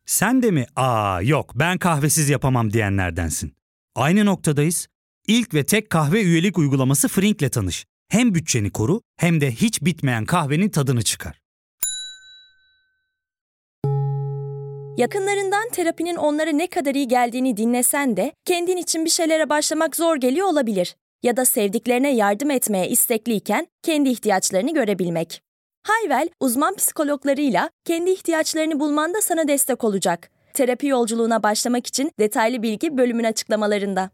Sen de mi yok ben kahvesiz yapamam diyenlerdensin? Aynı noktadayız. İlk ve tek kahve üyelik uygulaması Frink'le tanış. Hem bütçeni koru hem de hiç bitmeyen kahvenin tadını çıkar. Yakınlarından terapinin onlara ne kadar iyi geldiğini dinlesen de kendin için bir şeylere başlamak zor geliyor olabilir. Ya da sevdiklerine yardım etmeye istekliyken kendi ihtiyaçlarını görebilmek. Hayvel, uzman psikologlarıyla kendi ihtiyaçlarını bulmanda sana destek olacak. Terapi yolculuğuna başlamak için detaylı bilgi bölümün açıklamalarında.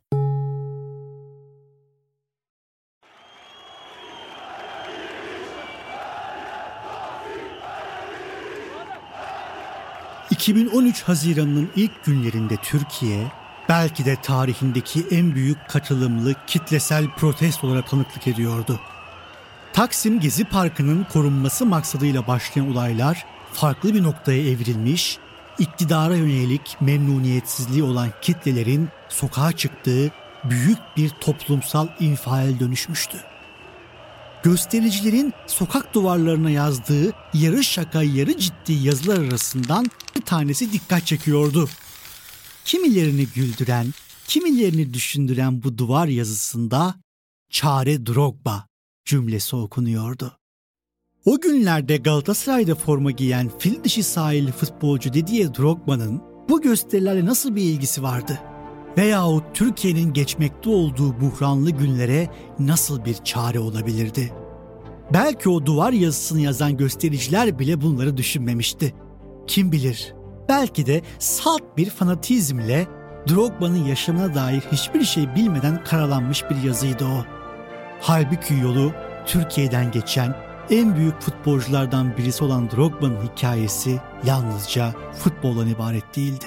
...2013 Haziran'ın ilk günlerinde Türkiye... ...belki de tarihindeki en büyük katılımlı kitlesel protestolara tanıklık ediyordu. Taksim Gezi Parkı'nın korunması maksadıyla başlayan olaylar... ...farklı bir noktaya evrilmiş... ...iktidara yönelik memnuniyetsizliği olan kitlelerin sokağa çıktığı... ...büyük bir toplumsal infiale dönüşmüştü. Göstericilerin sokak duvarlarına yazdığı yarı şaka yarı ciddi yazılar arasından bir tanesi dikkat çekiyordu. Kimilerini güldüren, kimilerini düşündüren bu duvar yazısında "Çare Drogba" cümlesi okunuyordu. O günlerde Galatasaray'da forma giyen fil dişi sahilli futbolcu Didier Drogba'nın bu gösterilerle nasıl bir ilgisi vardı? Veyahut Türkiye'nin geçmekte olduğu buhranlı günlere nasıl bir çare olabilirdi? Belki o duvar yazısını yazan göstericiler bile bunları düşünmemişti. Kim bilir, belki de salt bir fanatizmle Drogba'nın yaşamına dair hiçbir şey bilmeden karalanmış bir yazıydı o. Halbuki yolu Türkiye'den geçen en büyük futbolculardan birisi olan Drogba'nın hikayesi yalnızca futboldan ibaret değildi.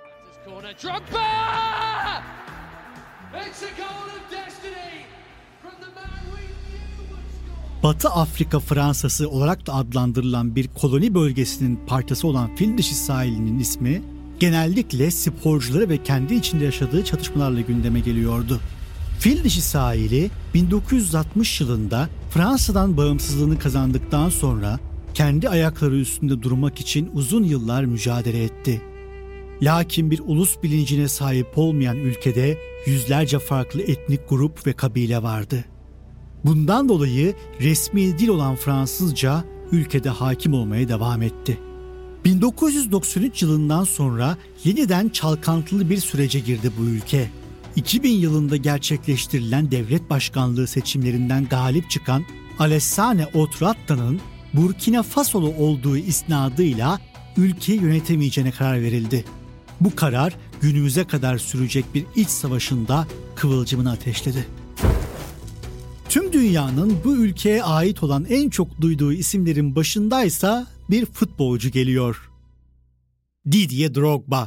Batı Afrika Fransası olarak da adlandırılan bir koloni bölgesinin parçası olan fil dişi sahilinin ismi genellikle sporcuları ve kendi içinde yaşadığı çatışmalarla gündeme geliyordu. Fil dişi sahili 1960 yılında Fransa'dan bağımsızlığını kazandıktan sonra kendi ayakları üstünde durmak için uzun yıllar mücadele etti. Lakin bir ulus bilincine sahip olmayan ülkede yüzlerce farklı etnik grup ve kabile vardı. Bundan dolayı resmi dil olan Fransızca ülkede hakim olmaya devam etti. 1993 yılından sonra yeniden çalkantılı bir sürece girdi bu ülke. 2000 yılında gerçekleştirilen devlet başkanlığı seçimlerinden galip çıkan Alassane Ouattara'nın Burkina Faso'lu olduğu isnadıyla ülkeyi yönetemeyeceğine karar verildi. Bu karar günümüze kadar sürecek bir iç savaşında kıvılcımını ateşledi. Tüm dünyanın bu ülkeye ait olan en çok duyduğu isimlerin başındaysa bir futbolcu geliyor. Didier Drogba.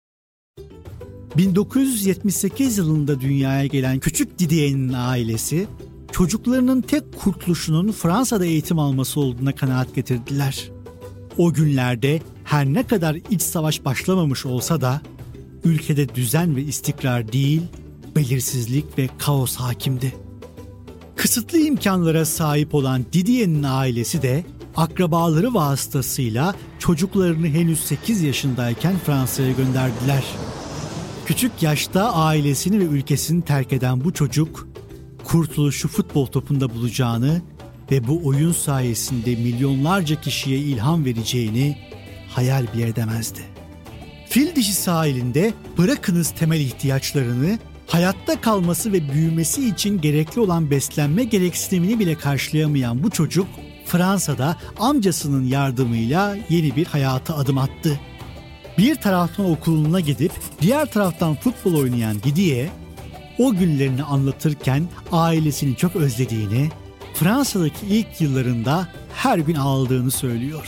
1978 yılında dünyaya gelen küçük Didier'in ailesi, çocuklarının tek kurtuluşunun Fransa'da eğitim alması olduğuna kanaat getirdiler. O günlerde her ne kadar iç savaş başlamamış olsa da ülkede düzen ve istikrar değil, belirsizlik ve kaos hakimdi. Kısıtlı imkanlara sahip olan Didier'in ailesi de akrabaları vasıtasıyla çocuklarını henüz 8 yaşındayken Fransa'ya gönderdiler. Küçük yaşta ailesini ve ülkesini terk eden bu çocuk, kurtuluşu futbol topunda bulacağını ve bu oyun sayesinde milyonlarca kişiye ilham vereceğini hayal bile edemezdi. Fil dişi sahilinde bırakınız temel ihtiyaçlarını, hayatta kalması ve büyümesi için gerekli olan beslenme gereksinimini bile karşılayamayan bu çocuk, Fransa'da amcasının yardımıyla yeni bir hayata adım attı. Bir taraftan okuluna gidip diğer taraftan futbol oynayan Didier, o günlerini anlatırken ailesini çok özlediğini, Fransa'daki ilk yıllarında her gün ağladığını söylüyor.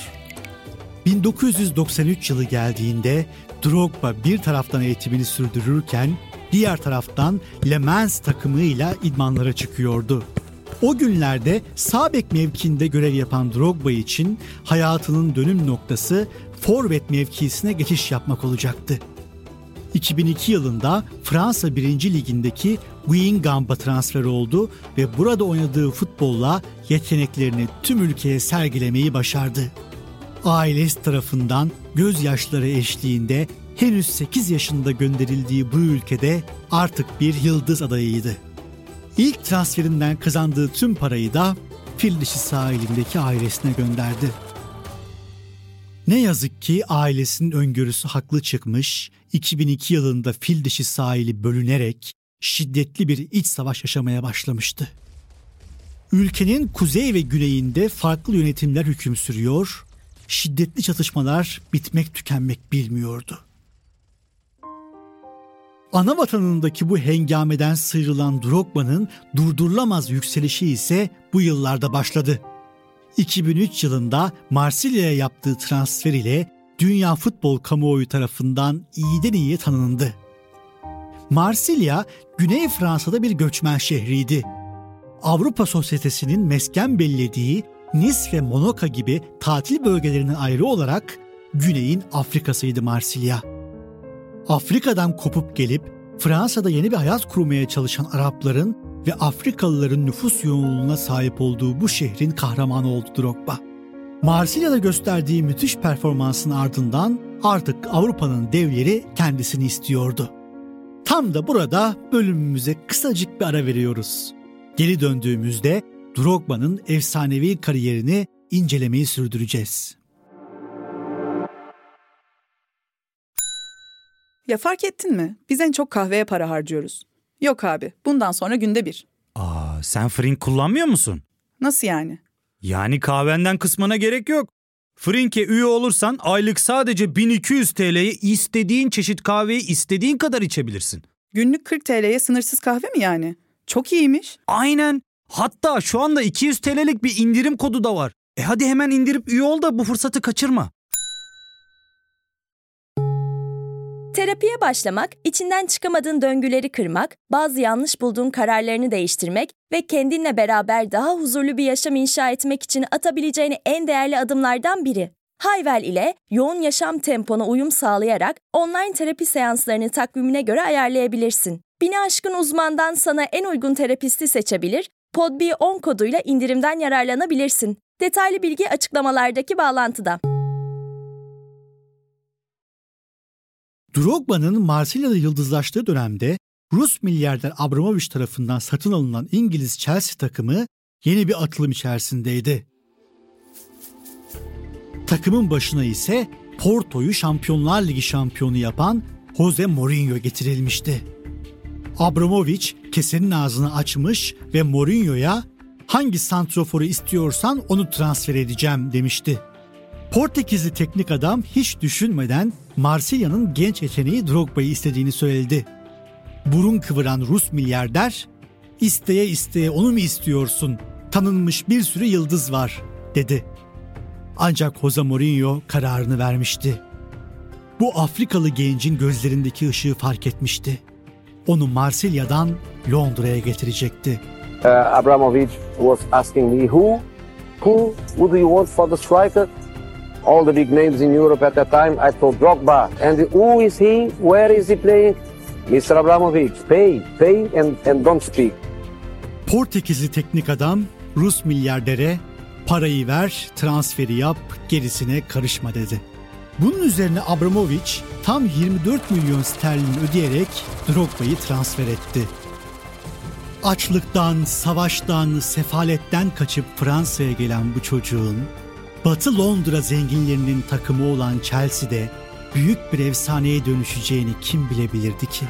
1993 yılı geldiğinde Drogba bir taraftan eğitimini sürdürürken diğer taraftan Le Mans takımıyla idmanlara çıkıyordu. O günlerde sağ bek mevkiinde görev yapan Drogba için hayatının dönüm noktası forvet mevkisine geçiş yapmak olacaktı. 2002 yılında Fransa 1. Ligi'ndeki Guingamp'a transfer oldu ve burada oynadığı futbolla yeteneklerini tüm ülkeye sergilemeyi başardı. Ailesi tarafından gözyaşları eşliğinde henüz 8 yaşında gönderildiği bu ülkede artık bir yıldız adayıydı. İlk transferinden kazandığı tüm parayı da Fil Dişi sahilindeki ailesine gönderdi. Ne yazık ki ailesinin öngörüsü haklı çıkmış, 2002 yılında Fil Dişi sahili bölünerek şiddetli bir iç savaş yaşamaya başlamıştı. Ülkenin kuzey ve güneyinde farklı yönetimler hüküm sürüyor, şiddetli çatışmalar bitmek tükenmek bilmiyordu. Ana vatanındaki bu hengameden sıyrılan Drogba'nın durdurulamaz yükselişi ise bu yıllarda başladı. 2003 yılında Marsilya'ya yaptığı transfer ile dünya futbol kamuoyu tarafından iyiden iyiye tanındı. Marsilya, Güney Fransa'da bir göçmen şehriydi. Avrupa sosyetesinin mesken bellediği Nice ve Monaco gibi tatil bölgelerinden ayrı olarak Güney'in Afrika'sıydı Marsilya. Afrika'dan kopup gelip Fransa'da yeni bir hayat kurmaya çalışan Arapların ve Afrikalıların nüfus yoğunluğuna sahip olduğu bu şehrin kahramanı oldu Drogba. Marsilya'da gösterdiği müthiş performansın ardından artık Avrupa'nın devleri kendisini istiyordu. Tam da burada bölümümüze kısacık bir ara veriyoruz. Geri döndüğümüzde Drogba'nın efsanevi kariyerini incelemeyi sürdüreceğiz. Ya fark ettin mi? Biz en çok kahveye para harcıyoruz. Yok abi, bundan sonra günde bir. Sen Frink kullanmıyor musun? Nasıl yani? Yani kahvenden kısmına gerek yok. Frink'e üye olursan aylık sadece 1200 TL'ye istediğin çeşit kahveyi istediğin kadar içebilirsin. Günlük 40 TL'ye sınırsız kahve mi yani? Çok iyiymiş. Aynen. Hatta şu anda 200 TL'lik bir indirim kodu da var. Hadi hemen indirip üye ol da bu fırsatı kaçırma. Terapiye başlamak, içinden çıkamadığın döngüleri kırmak, bazı yanlış bulduğun kararlarını değiştirmek ve kendinle beraber daha huzurlu bir yaşam inşa etmek için atabileceğin en değerli adımlardan biri. Hayvel ile yoğun yaşam tempona uyum sağlayarak online terapi seanslarını takvimine göre ayarlayabilirsin. 1000'i aşkın uzmandan sana en uygun terapisti seçebilir, PODB10 koduyla indirimden yararlanabilirsin. Detaylı bilgi açıklamalardaki bağlantıda. Drogba'nın Marsilya'da yıldızlaştığı dönemde Rus milyarder Abramovich tarafından satın alınan İngiliz Chelsea takımı yeni bir atılım içerisindeydi. Takımın başına ise Porto'yu Şampiyonlar Ligi şampiyonu yapan Jose Mourinho getirilmişti. Abramovich kesenin ağzını açmış ve Mourinho'ya hangi santroforu istiyorsan onu transfer edeceğim demişti. Portekizli teknik adam hiç düşünmeden Marsilya'nın genç yeteneği Drogba'yı istediğini söyledi. Burun kıvıran Rus milyarder, "İsteye isteye onu mu istiyorsun? Tanınmış bir sürü yıldız var," dedi. Ancak Jose Mourinho kararını vermişti. Bu Afrikalı gencin gözlerindeki ışığı fark etmişti. Onu Marsilya'dan Londra'ya getirecekti. Abramovich was asking me, who do you want for the striker? All the big names in Europe at that time, I told Drogba. And who is he? Where is he playing? Mr. Abramovich, pay and don't speak. Portekizli teknik adam Rus milyardere parayı ver, transferi yap, gerisine karışma dedi. Bunun üzerine Abramovich tam 24 milyon sterlin ödeyerek Drogba'yı transfer etti. Açlıktan, savaştan, sefaletten kaçıp Fransa'ya gelen bu çocuğun Batı Londra zenginlerinin takımı olan Chelsea'de büyük bir efsaneye dönüşeceğini kim bilebilirdi ki?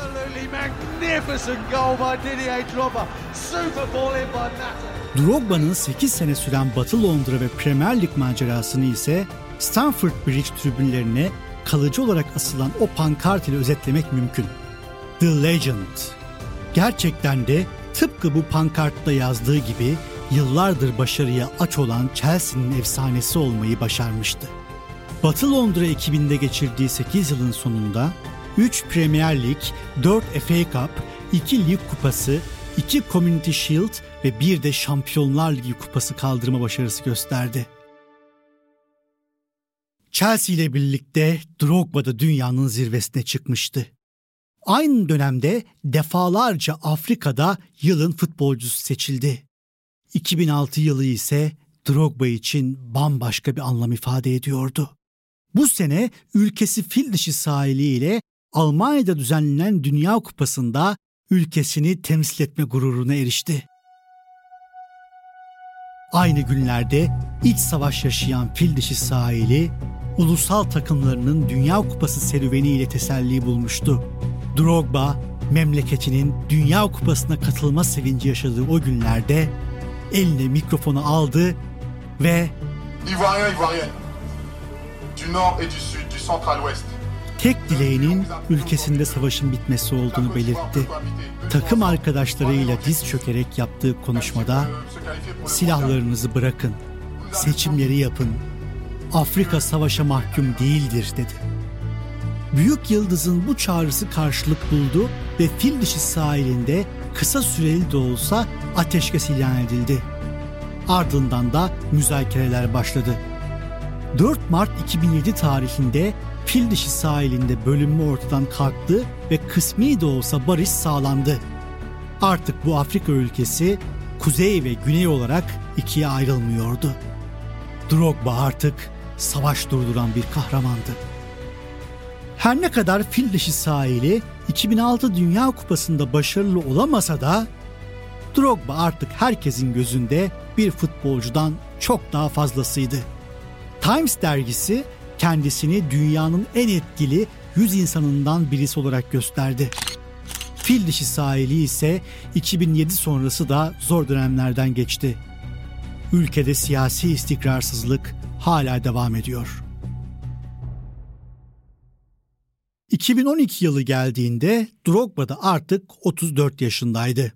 Drogba'nın 8 sene süren Batı Londra ve Premier Lig macerasını ise Stamford Bridge tribünlerine kalıcı olarak asılan o pankart ile özetlemek mümkün. The Legend. Gerçekten de tıpkı bu pankartta yazdığı gibi yıllardır başarıya aç olan Chelsea'nin efsanesi olmayı başarmıştı. Batı Londra ekibinde geçirdiği 8 yılın sonunda 3 Premier Lig, 4 FA Cup, 2 Lig Kupası, 2 Community Shield ve bir de Şampiyonlar Ligi Kupası kaldırma başarısı gösterdi. Chelsea ile birlikte Drogba da dünyanın zirvesine çıkmıştı. Aynı dönemde defalarca Afrika'da yılın futbolcusu seçildi. 2006 yılı ise Drogba için bambaşka bir anlam ifade ediyordu. Bu sene ülkesi fil dişi sahiliyle Almanya'da düzenlenen Dünya Kupası'nda ülkesini temsil etme gururuna erişti. Aynı günlerde iç savaş yaşayan fil dişi sahili, ulusal takımlarının Dünya Kupası serüveniyle teselli bulmuştu. Drogba, memleketinin Dünya Kupası'na katılma sevinci yaşadığı o günlerde eline mikrofonu aldı ve Ivoirien, du nord et du sud, du central-ouest. Tek dileğinin ülkesinde savaşın bitmesi olduğunu belirtti. Takım arkadaşlarıyla diz çökerek yaptığı konuşmada "Silahlarınızı bırakın, seçimleri yapın. Afrika savaşa mahkum değildir" dedi. Büyük Yıldız'ın bu çağrısı karşılık buldu ve fil dişi sahilinde kısa süreli de olsa ateşkes ilan edildi. Ardından da müzakereler başladı. 4 Mart 2007 tarihinde fil dişi sahilinde bölünme ortadan kalktı ve kısmi de olsa barış sağlandı. Artık bu Afrika ülkesi kuzey ve güney olarak ikiye ayrılmıyordu. Drogba artık savaş durduran bir kahramandı. Her ne kadar fil dişi sahili 2006 Dünya Kupası'nda başarılı olamasa da Drogba artık herkesin gözünde bir futbolcudan çok daha fazlasıydı. Times dergisi kendisini dünyanın en etkili 100 insanından birisi olarak gösterdi. Fil dişi sahili ise 2007 sonrası da zor dönemlerden geçti. Ülkede siyasi istikrarsızlık hala devam ediyor. 2012 yılı geldiğinde Drogba da artık 34 yaşındaydı.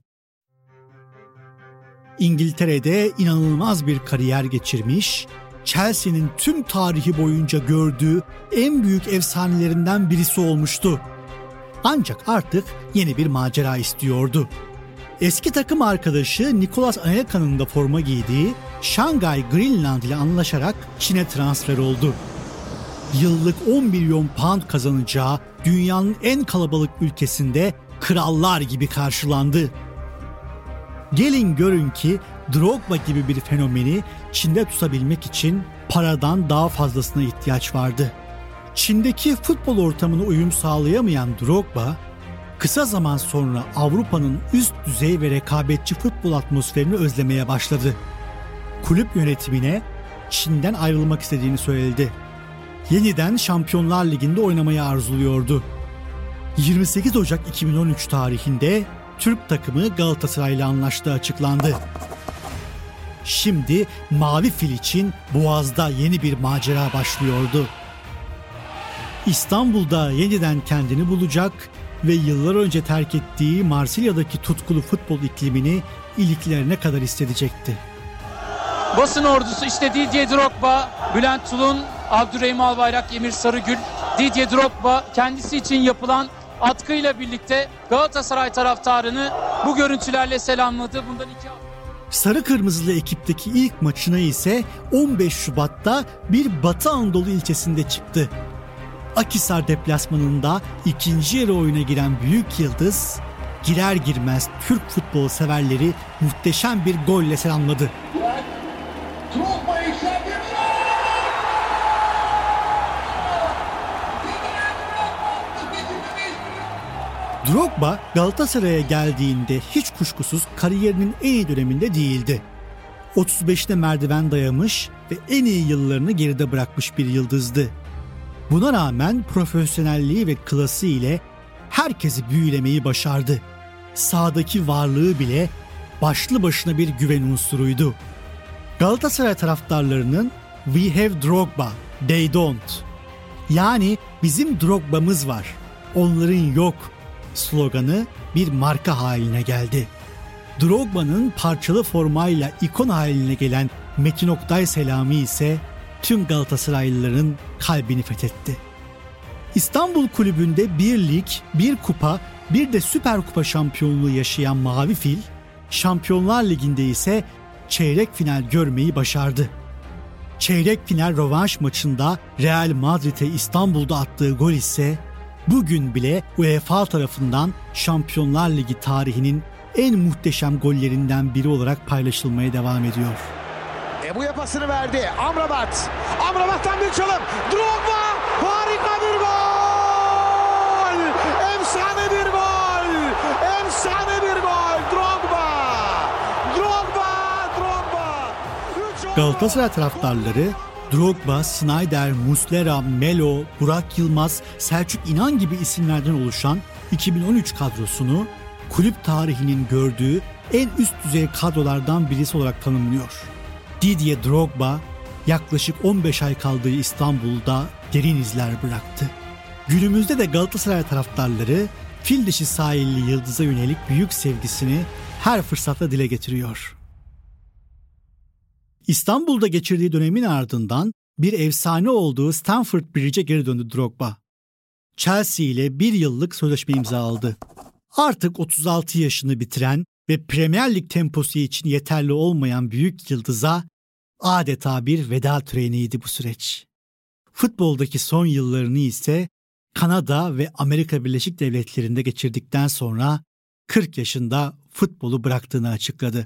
İngiltere'de inanılmaz bir kariyer geçirmiş, Chelsea'nin tüm tarihi boyunca gördüğü en büyük efsanelerinden birisi olmuştu. Ancak artık yeni bir macera istiyordu. Eski takım arkadaşı Nicolas Anelka'nın da forma giydiği Shanghai Greenland ile anlaşarak Çin'e transfer oldu. Yıllık 10 milyon pound kazanacağı dünyanın en kalabalık ülkesinde krallar gibi karşılandı. Gelin görün ki Drogba gibi bir fenomeni Çin'de tutabilmek için paradan daha fazlasına ihtiyaç vardı. Çin'deki futbol ortamına uyum sağlayamayan Drogba, kısa zaman sonra Avrupa'nın üst düzey ve rekabetçi futbol atmosferini özlemeye başladı. Kulüp yönetimine Çin'den ayrılmak istediğini söyledi. Yeniden Şampiyonlar Ligi'nde oynamayı arzuluyordu. 28 Ocak 2013 tarihinde Türk takımı Galatasaray'la anlaştığı açıklandı. Şimdi Mavi Fil için Boğaz'da yeni bir macera başlıyordu. İstanbul'da yeniden kendini bulacak ve yıllar önce terk ettiği Marsilya'daki tutkulu futbol iklimini iliklerine kadar hissedecekti. Basın ordusu işte Didier Drogba, Bülent Tulun, Abdurrahim Albayrak, Emir Sarıgül. Didier Drogba kendisi için yapılan atkıyla birlikte Galatasaray taraftarını bu görüntülerle selamladı. Bundan 2 hafta. Sarı Kırmızılı ekipteki ilk maçına ise 15 Şubat'ta bir Batı Anadolu ilçesinde çıktı. Akhisar deplasmanında ikinci yarı oyuna giren Büyük Yıldız, girer girmez Türk futbol severleri muhteşem bir golle selamladı. Drogba Galatasaray'a geldiğinde hiç kuşkusuz kariyerinin en iyi döneminde değildi. 35'te merdiven dayamış ve en iyi yıllarını geride bırakmış bir yıldızdı. Buna rağmen profesyonelliği ve klası ile herkesi büyülemeyi başardı. Sahadaki varlığı bile başlı başına bir güven unsuruydu. Galatasaray taraftarlarının "We have Drogba, they don't." Yani bizim Drogba'mız var, onların yok sloganı bir marka haline geldi. Drogba'nın parçalı formayla ikon haline gelen Metin Oktay selamı ise tüm Galatasaraylıların kalbini fethetti. İstanbul Kulübü'nde bir lig, bir kupa, bir de Süper Kupa şampiyonluğu yaşayan Mavi Fil, Şampiyonlar Ligi'nde ise çeyrek final görmeyi başardı. Çeyrek final rövanş maçında Real Madrid'e İstanbul'da attığı gol ise bugün bile UEFA tarafından Şampiyonlar Ligi tarihinin en muhteşem gollerinden biri olarak paylaşılmaya devam ediyor. Ebu'ya pasını verdi. Amrabat. Amrabat'tan bir çalım. Drogba. Harika bir gol. Efsane bir gol. Efsane bir gol. Drogba. Drogba. Drogba. Galatasaray taraftarları Drogba, Sneijder, Muslera, Melo, Burak Yılmaz, Selçuk İnan gibi isimlerden oluşan 2013 kadrosunu kulüp tarihinin gördüğü en üst düzey kadrolardan birisi olarak tanımlıyor. Didier Drogba yaklaşık 15 ay kaldığı İstanbul'da derin izler bıraktı. Günümüzde de Galatasaray taraftarları fil dişi sahilli yıldıza yönelik büyük sevgisini her fırsatta dile getiriyor. İstanbul'da geçirdiği dönemin ardından bir efsane olduğu Stamford Bridge'e geri döndü Drogba. Chelsea ile 1 yıllık sözleşme imzaladı. Artık 36 yaşını bitiren ve Premier Lig temposu için yeterli olmayan büyük yıldıza adeta bir veda töreniydi bu süreç. Futboldaki son yıllarını ise Kanada ve Amerika Birleşik Devletleri'nde geçirdikten sonra 40 yaşında futbolu bıraktığını açıkladı.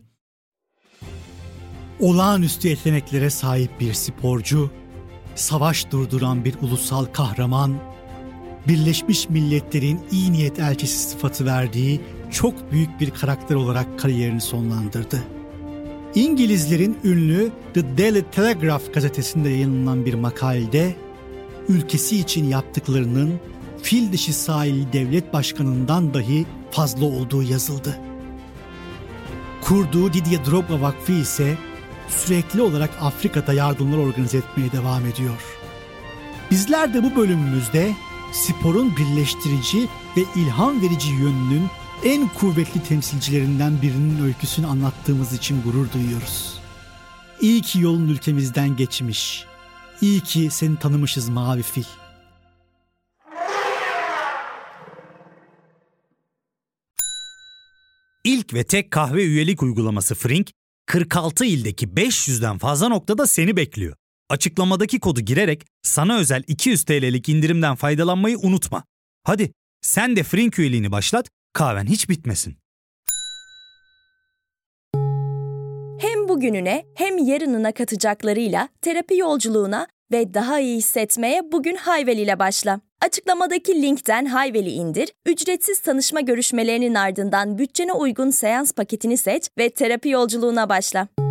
Olağanüstü yeteneklere sahip bir sporcu, savaş durduran bir ulusal kahraman, Birleşmiş Milletler'in iyi niyet elçisi sıfatı verdiği çok büyük bir karakter olarak kariyerini sonlandırdı. İngilizlerin ünlü The Daily Telegraph gazetesinde yayınlanan bir makalede ülkesi için yaptıklarının fil dişi sahilli devlet başkanından dahi fazla olduğu yazıldı. Kurduğu Didier Drogba Vakfı ise sürekli olarak Afrika'da yardımlar organize etmeye devam ediyor. Bizler de bu bölümümüzde sporun birleştirici ve ilham verici yönünün en kuvvetli temsilcilerinden birinin öyküsünü anlattığımız için gurur duyuyoruz. İyi ki yolun ülkemizden geçmiş. İyi ki seni tanımışız Mavi Fil. İlk ve tek kahve üyelik uygulaması Frink, 46 ildeki 500'den fazla noktada seni bekliyor. Açıklamadaki kodu girerek sana özel 200 TL'lik indirimden faydalanmayı unutma. Hadi sen de Frink üyeliğini başlat, kahven hiç bitmesin. Hem bugününe hem yarınına katacaklarıyla terapi yolculuğuna ve daha iyi hissetmeye bugün Hayvel ile başla. Açıklamadaki linkten Hayvel'i indir, ücretsiz tanışma görüşmelerinin ardından bütçene uygun seans paketini seç ve terapi yolculuğuna başla.